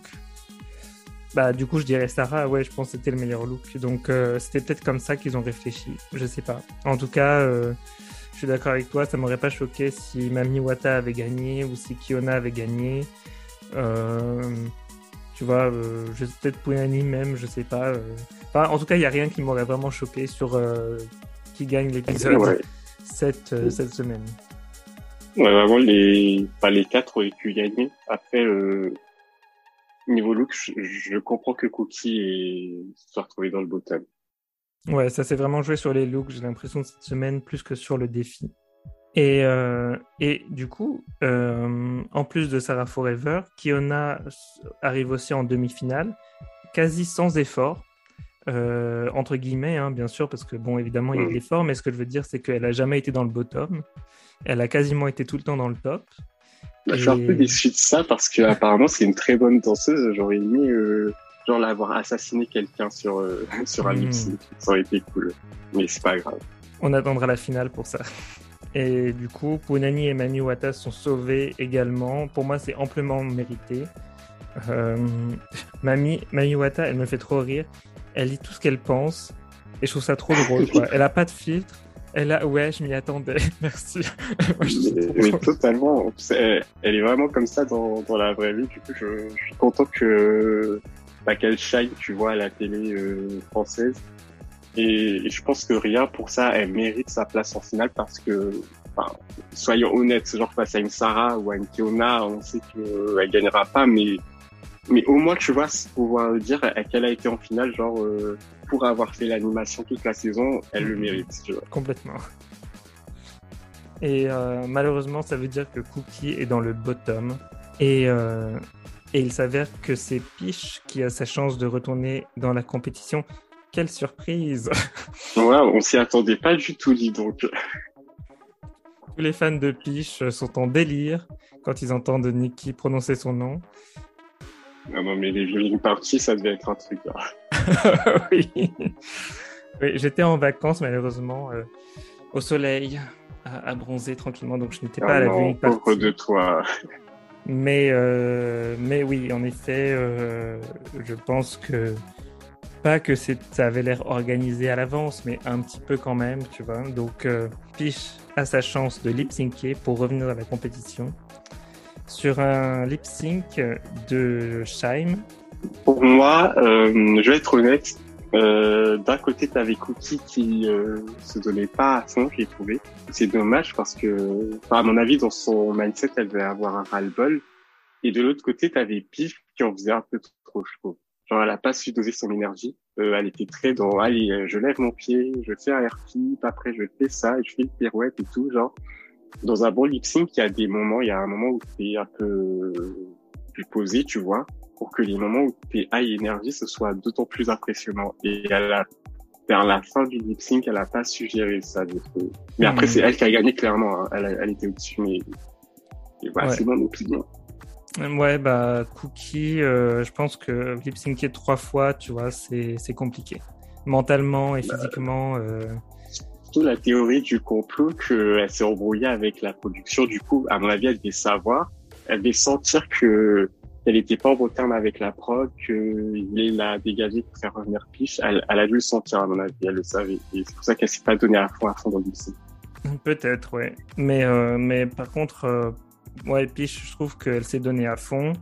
bah du coup je dirais Sarah. Ouais, je pense que c'était le meilleur look. Donc euh, c'était peut-être comme ça qu'ils ont réfléchi. Je sais pas. En tout cas, euh, je suis d'accord avec toi. Ça m'aurait pas choqué si Mami Wata avait gagné ou si Kiona avait gagné. Euh... Tu vois, euh, je sais peut-être Punani même, je sais pas. Euh... Enfin, en tout cas, il n'y a rien qui m'aurait vraiment choqué sur euh, qui gagne l'épisode ouais. cette, euh, cette semaine. Ouais, vraiment, les, enfin, les quatre auraient pu gagner. Après, euh, niveau look, je, je comprends que Cookie est... soit retrouvé dans le bottom. Ouais, ça s'est vraiment joué sur les looks, j'ai l'impression, cette semaine, plus que sur le défi. Et, euh, et du coup, euh, en plus de Sarah Forever, Kiona arrive aussi en demi-finale, quasi sans effort, euh, entre guillemets, hein, bien sûr, parce que, bon, évidemment, il y a de l'effort, mais ce que je veux dire, c'est qu'elle n'a jamais été dans le bottom. Elle a quasiment été tout le temps dans le top. Bah, et... Je suis un peu déçu de ça, parce qu'apparemment, c'est une très bonne danseuse. J'aurais aimé euh, genre l'avoir assassiné quelqu'un sur, euh, sur un lip sync. Ça aurait été cool, mais c'est pas grave. On attendra la finale pour ça. Et du coup, Punani et Mami Wata sont sauvés également. Pour moi, c'est amplement mérité. Euh, Mami, Mami Wata, elle me fait trop rire. Elle dit tout ce qu'elle pense. Et je trouve ça trop drôle, quoi. Elle a pas de filtre. Elle a... Ouais, je m'y attendais. Merci. Moi, je mais, mais totalement. Elle, elle est vraiment comme ça dans, dans la vraie vie. Du coup, je, je suis content que, bah, qu'elle shine, tu vois, à la télé euh, française. Et, et je pense que Ria, pour ça, elle mérite sa place en finale parce que, enfin, soyons honnêtes, genre face à une Sarah ou à une Kiona, on sait qu'elle gagnera pas, mais, mais au moins, tu vois, pouvoir dire qu'elle a été en finale, genre, euh, pour avoir fait l'animation toute la saison, elle mmh. le mérite, tu vois. Complètement. Et euh, malheureusement, ça veut dire que Cookie est dans le bottom. Et, euh, et il s'avère que c'est Peach qui a sa chance de retourner dans la compétition. Quelle surprise! Ouais, on s'y attendait pas du tout, dis donc. Tous les fans de Peach sont en délire quand ils entendent Nikki prononcer son nom. Non, non, mais les viewing parties, ça devait être un truc. oui. oui, j'étais en vacances, malheureusement, euh, au soleil, à, à bronzer tranquillement, donc je n'étais pas ah à la non, viewing party. Pauvre de toi. Mais, euh, mais oui, en effet, euh, je pense que pas que c'est, ça avait l'air organisé à l'avance, mais un petit peu quand même, tu vois. Donc, euh, Peach a sa chance de lip-syncer pour revenir à la compétition. Sur un lip-sync de Shaim. Pour moi, euh, je vais être honnête, euh, d'un côté, tu avais Cookie qui euh, se donnait pas à fond, j'ai trouvé. C'est dommage parce que, enfin, à mon avis, dans son mindset, elle devait avoir un ras-le-bol. Et de l'autre côté, tu avais Peach qui en faisait un peu trop, je trouve. Genre, elle a pas su doser son énergie. Euh, elle était très dans, allez, je lève mon pied, je fais un air flip, après je fais ça, et je fais une pirouette et tout, genre. Dans un bon lip sync, il y a des moments, il y a un moment où t'es un peu plus posé, tu vois, pour que les moments où t'es high énergie, ce soit d'autant plus impressionnant. Et elle a, vers la fin du lip sync, elle a pas su gérer ça, je trouve. Mais après, mmh. c'est elle qui a gagné, clairement, hein. Elle, elle était au-dessus, mais, et voilà, ouais. C'est mon opinion. Ouais, bah, Cookie, euh, je pense que lip-syncer trois fois, tu vois, c'est, c'est compliqué. Mentalement et physiquement. Euh... Surtout la théorie du complot qu'elle s'est embrouillée avec la production. Du coup, à mon avis, elle devait savoir, elle devait sentir que elle était pas en bon terme avec la prod, qu'il l'a dégagée pour faire revenir Peach. Elle, elle a dû le sentir, à mon avis, elle le savait. Et c'est pour ça qu'elle s'est pas donnée à fond à fond dans le lip-sync. Peut-être, ouais. Mais, euh, mais par contre, euh... ouais, Peach, je trouve qu'elle s'est donnée à fond.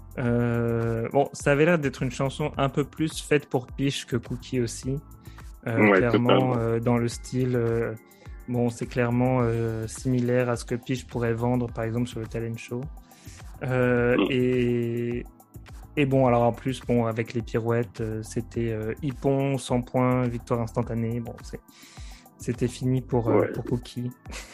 Euh, bon, ça avait l'air d'être une chanson un peu plus faite pour Peach que Cookie aussi. Euh, ouais, clairement, euh, dans le style, euh, bon, c'est clairement euh, similaire à ce que Peach pourrait vendre, par exemple, sur le talent show. Euh, mmh. Et Et bon, alors en plus, bon, avec les pirouettes, euh, c'était euh, Hippon, cent points, victoire instantanée. Bon, c'est, c'était fini pour, euh, Ouais. pour Cookie.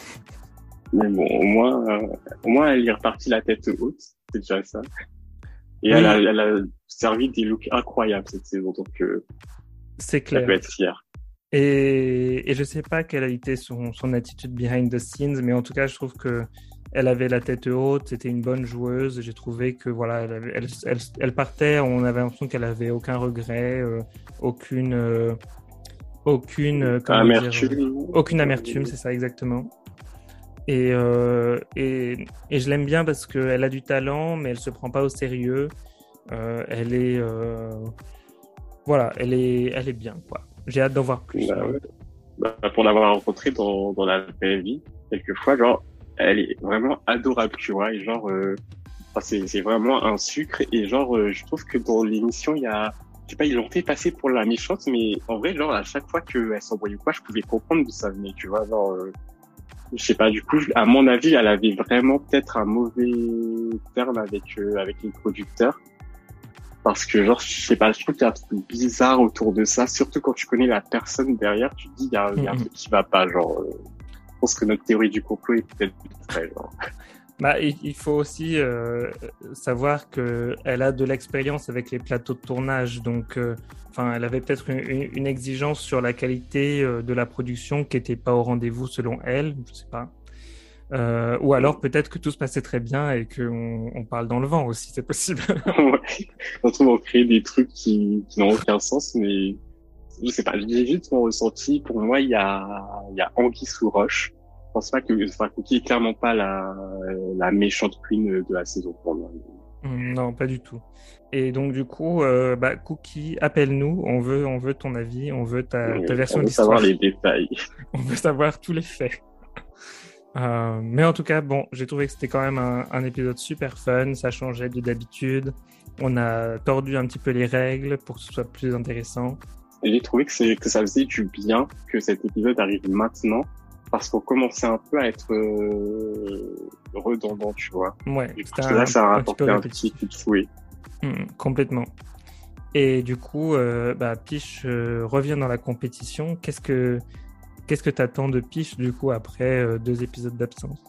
Mais bon, au moins, euh, au moins, elle est repartie la tête haute. C'est déjà ça. Et elle a, Oui, elle a servi des looks incroyables cette saison, donc euh, c'est elle peut clair. être fière. Et, et je sais pas quelle a été son, son attitude behind the scenes, mais en tout cas, je trouve que elle avait la tête haute, c'était une bonne joueuse. J'ai trouvé que voilà, elle, avait- elle, elle, elle partait, on avait l'impression qu'elle avait aucun regret, euh, aucune, euh, aucune, euh, comment dire, euh, Amertume. aucune amertume, c'est ça exactement. Et, euh, et, et je l'aime bien parce qu'elle a du talent, mais elle se prend pas au sérieux. Euh, elle est, euh, voilà, elle est, elle est bien, quoi. J'ai hâte d'en voir plus, Bah moi. ouais. Bah, pour l'avoir rencontrée dans, dans la vraie vie, quelquefois, genre, elle est vraiment adorable, tu vois, et genre, euh, enfin, c'est, c'est vraiment un sucre, et genre, euh, je trouve que dans l'émission, il y a, je sais pas, ils l'ont fait passer pour la méchante, mais en vrai, genre, à chaque fois qu'elle s'envoyait ou quoi, je pouvais comprendre d'où ça venait, tu vois, genre, euh, je sais pas, du coup, je- à mon avis, elle avait vraiment peut-être un mauvais terme avec, euh, avec les producteurs. Parce que genre, je sais pas, je trouve qu'il y a un truc bizarre autour de ça, surtout quand tu connais la personne derrière, tu te dis, il y a, il y a un Mm, mm. truc qui va pas, genre, euh, je pense que notre théorie du complot est peut-être vraie, genre. Bah, il il faut aussi euh, savoir qu'elle a de l'expérience avec les plateaux de tournage, donc euh, enfin, elle avait peut-être une, une- une exigence sur la qualité euh, de la production qui n'était pas au rendez-vous selon elle, je sais pas. Euh, ou alors peut-être que tout se passait très bien et qu'on on parle dans le vent aussi, c'est possible. Ouais. On trouve on crée des trucs qui, qui n'ont aucun sens, mais je sais pas, j'ai juste mon ressenti. Pour moi, il y a, il y a anguille sous roche. Je pense pas que, enfin, Cookie est clairement pas la, la méchante queen de la saison pour moi. Hmm, non, pas du tout. Et donc du coup, euh, bah, Cookie, appelle-nous, on veut, on veut ton avis, on veut ta, ta Mais version on de veut savoir l'histoire, les détails. on veut savoir tous les faits. Euh, mais en tout cas, bon, j'ai trouvé que c'était quand même un, un épisode super fun, ça changeait de d'habitude. On a tordu un petit peu les règles pour que ce soit plus intéressant. Et j'ai trouvé que c'est, que ça faisait du bien que cet épisode arrive maintenant, parce qu'on commençait un peu à être euh, redondant, tu vois. Ouais, Du coup, c'était là, un, ça a un petit peu rapporté un petit répétitif. coup de fouet. Hmm, complètement. Et du coup, euh, bah, Piche euh, revient dans la compétition. Qu'est-ce que qu'est-ce que t'attends de Piche du coup après euh, deux épisodes d'absence?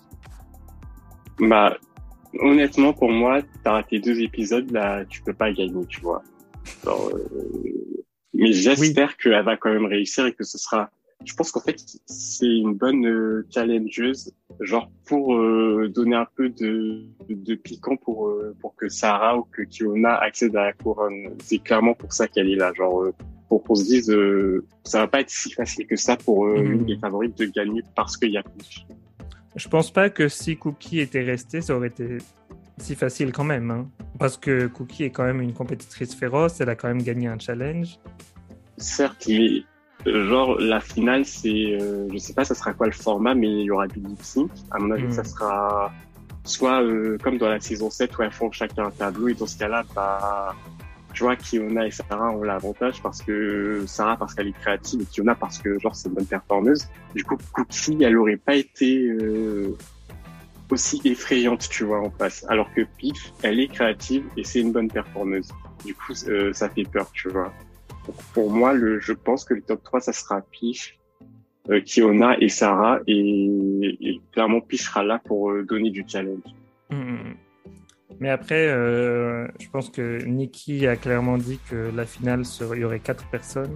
Bah, honnêtement, pour moi, t'as raté deux épisodes, là, tu peux pas gagner, tu vois. Genre, euh, mais Oui, j'espère qu'elle va quand même réussir et que ce sera. Je pense qu'en fait, c'est une bonne euh, challengeuse, genre pour euh, donner un peu de, de piquant pour euh, pour que Sarah ou que Kiona accèdent à la couronne. C'est clairement pour ça qu'elle est là, genre euh, pour qu'on se dise, euh, ça va pas être si facile que ça pour euh, une des hmm. favorites de gagner parce qu'il y a plus. Je pense pas que si Cookie était restée, ça aurait été si facile quand même, hein. Parce que Cookie est quand même une compétitrice féroce, elle a quand même gagné un challenge. Certes, mais euh, genre la finale, c'est, euh, je sais pas, ça sera quoi le format, mais il y aura du lip sync. À mon avis, Hmm. ça sera soit euh, comme dans la saison sept où elles font chacun un tableau et dans ce cas-là, bah, tu vois, Kiona et Sarah ont l'avantage parce que Sarah parce qu'elle est créative et Kiona parce que genre c'est une bonne performeuse. Du coup, Cookie, elle aurait pas été euh, aussi effrayante, tu vois, en face. Alors que Peach, elle est créative et c'est une bonne performeuse. Du coup, euh, ça fait peur, tu vois. Donc, pour moi, le, je pense que le top trois, ça sera Peach, euh, Kiona et Sarah. Et, et clairement, Peach sera là pour euh, donner du challenge. Hmm. Mais après, euh, je pense que Nikki a clairement dit que la finale serait, il y aurait quatre personnes.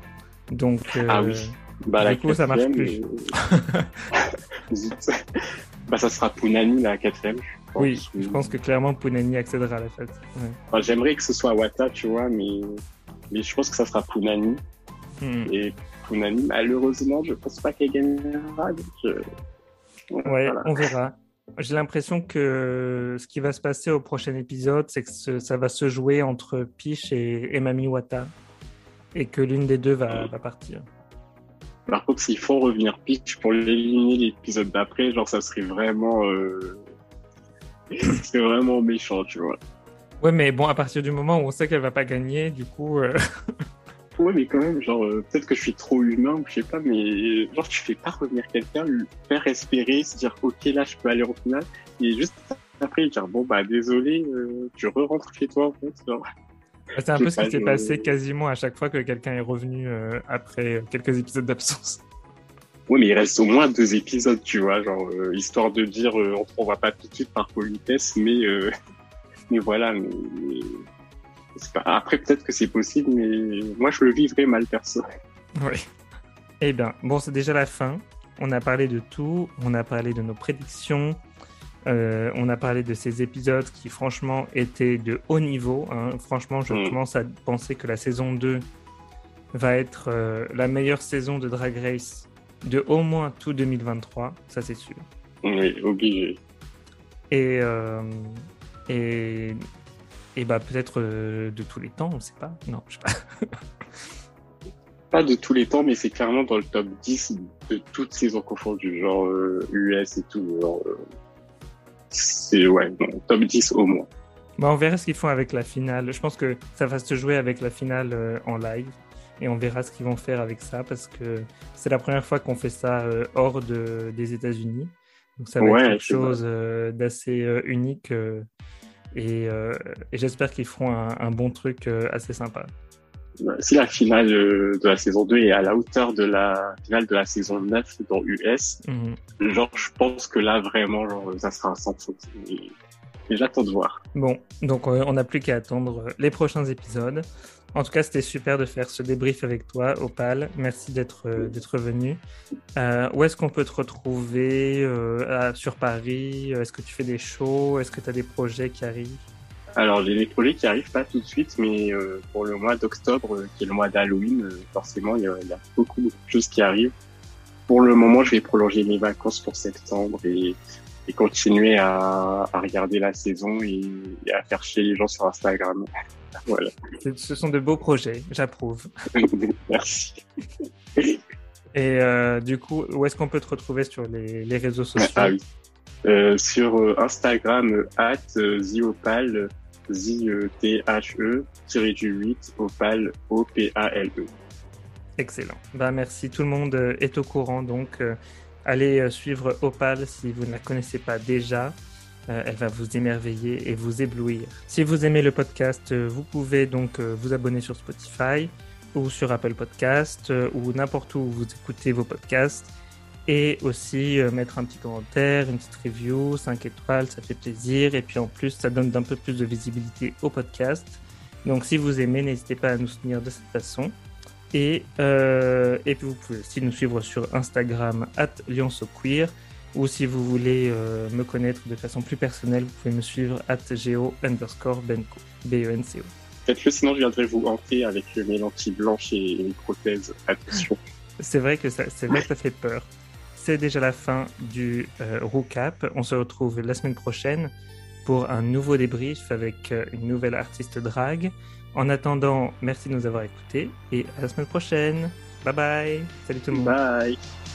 Donc, Ah euh, oui, bah la du coup, ça marche quatrième, plus. euh, zut. Bah ça sera Punani la quatrième, je Oui, pense. je Ou- pense que clairement Punani accédera à la fête. Ouais. Enfin, j'aimerais que ce soit Wata, tu vois, mais mais je pense que ça sera Punani. Hmm. Et Punani, malheureusement, je pense pas qu'elle gagnera. Donc, euh, Ouais, voilà. on verra. J'ai l'impression que ce qui va se passer au prochain épisode, c'est que ce- ça va se jouer entre Peach et, et Mami Wata. Et que l'une des deux va, va partir. Par contre, s'ils font revenir Peach pour l'éliminer l'épisode d'après, genre ça serait vraiment, euh... c'est vraiment méchant, tu vois. Ouais, mais bon, à partir du moment où on sait qu'elle va pas gagner, du coup, euh, Ouais, mais quand même, genre, euh, peut-être que je suis trop humain ou je sais pas, mais genre, tu fais pas revenir quelqu'un, lui faire espérer, se dire, ok, là, je peux aller en finale, et juste Après, dire, bon, bah, désolé, euh, tu re-rentres chez toi, en fait. Genre, C'est un je peu sais ce qui pas, s'est je... passé quasiment à chaque fois que quelqu'un est revenu euh, après quelques épisodes d'absence. Oui, mais il reste au moins deux épisodes, tu vois, genre, euh, histoire de dire, euh, on ne voit pas tout de suite par politesse, mais, euh, mais voilà, mais, mais c'est pas... après, peut-être que c'est possible, mais moi, je le vivrais mal, perso. Oui. Eh bien, bon, c'est déjà la fin. On a parlé de tout. On a parlé de nos prédictions. Euh, on a parlé de ces épisodes qui, franchement, étaient de haut niveau, hein. Franchement, je Mm. commence à penser que la saison deux va être euh, la meilleure saison de Drag Race de au moins tout deux mille vingt-trois. Ça, c'est sûr. Oui, obligé. Et, euh, et, et bah, peut-être euh, de tous les temps, on ne sait pas. Non, je sais pas. Pas de tous les temps, mais c'est clairement dans le top dix de toutes saisons confondues, genre euh, U S et tout. Genre, euh, c'est, ouais, non, top dix au moins. Bah, on verra ce qu'ils font avec la finale. Je pense que ça va se jouer avec la finale euh, en live. Et on verra ce qu'ils vont faire avec ça parce que c'est la première fois qu'on fait ça euh, hors de, des États-Unis. Donc ça va être Ouais, quelque c'est vrai. chose euh, d'assez euh, unique. Euh, et, euh, et j'espère qu'ils feront un, un bon truc euh, assez sympa. Ouais, si la finale euh, de la saison deux est à la hauteur de la finale de la saison neuf dans U S, Mhm. genre, je pense que là, vraiment, genre, ça sera un sans faute. Et, et j'attends de voir. Bon, donc euh, on n'a plus qu'à attendre les prochains épisodes. En tout cas, c'était super de faire ce débrief avec toi, Opal. Merci d'être euh, d'être venu. Euh, où est-ce qu'on peut te retrouver euh, à- sur Paris? Est-ce que tu fais des shows? Est-ce que tu as des projets qui arrivent? Alors, j'ai des projets qui arrivent pas tout de suite, mais euh, pour le mois d'octobre, euh, qui est le mois d'Halloween, euh, forcément, il y a, il y a beaucoup, beaucoup de choses qui arrivent. Pour le moment, je vais prolonger mes vacances pour septembre et, et continuer à, à regarder la saison et, et à faire chier les gens sur Instagram. Voilà. C'est- Ce sont de beaux projets, j'approuve. Merci. Et euh, du coup, où est-ce qu'on peut te retrouver sur les, les réseaux sociaux? Ah oui. Euh, sur euh, Instagram, euh, at euh, ziopal, Z T H E, tiré du huit, opal, O P A L E. Excellent. Bah, merci. Tout le monde euh, est au courant, donc euh, allez euh, suivre Opal si vous ne la connaissez pas déjà. Euh, elle va vous émerveiller et vous éblouir. Si vous aimez le podcast, euh, vous pouvez donc euh, vous abonner sur Spotify ou sur Apple Podcast euh, ou n'importe où vous écoutez vos podcasts. Et aussi euh, mettre un petit commentaire, une petite review, cinq étoiles, ça fait plaisir. Et puis en plus, ça donne un peu plus de visibilité au podcast. Donc si vous aimez, n'hésitez pas à nous soutenir de cette façon. Et, euh, et puis vous pouvez aussi nous suivre sur Instagram at lionsoqueer. Ou si vous voulez euh, me connaître de façon plus personnelle, vous pouvez me suivre at geo underscore benco. B E N C O. Faites-le, sinon je viendrai vous hanter avec mes lentilles blanches et mes prothèses. Attention. C'est vrai que ça, c'est vrai que ça fait peur. C'est déjà la fin du euh, Roucap. On se retrouve la semaine prochaine pour un nouveau débrief avec euh, une nouvelle artiste drague. En attendant, merci de nous avoir écoutés et à la semaine prochaine. Bye bye. Salut tout le monde. Bye.